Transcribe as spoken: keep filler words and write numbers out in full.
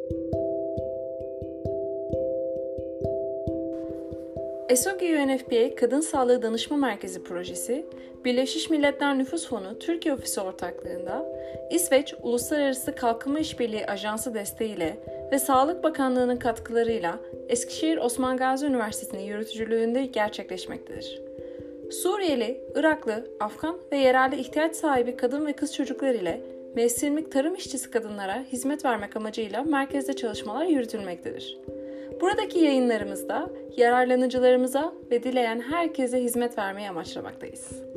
ESOGI U N F P A Kadın Sağlığı Danışma Merkezi Projesi, Birleşmiş Milletler Nüfus Fonu Türkiye Ofisi ortaklığında İsveç Uluslararası Kalkınma İşbirliği Ajansı desteğiyle ve Sağlık Bakanlığı'nın katkılarıyla Eskişehir Osman Gazi Üniversitesi'nin yürütücülüğünde gerçekleşmektedir. Suriyeli, Iraklı, Afgan ve yerelde ihtiyaç sahibi kadın ve kız çocuklar ile mevsimlik tarım işçisi kadınlara hizmet vermek amacıyla merkezde çalışmalar yürütülmektedir. Buradaki yayınlarımızda yararlanıcılarımıza ve dileyen herkese hizmet vermeyi amaçlamaktayız.